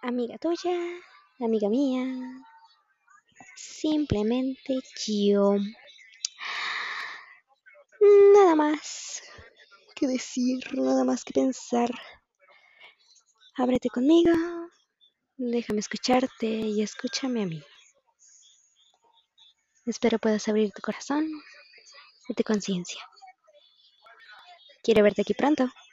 Amiga tuya, amiga mía, simplemente yo. Nada más que decir, nada más que pensar. Ábrete conmigo, déjame escucharte y escúchame a mí. Espero puedas abrir tu corazón y tu conciencia. Quiero verte aquí pronto.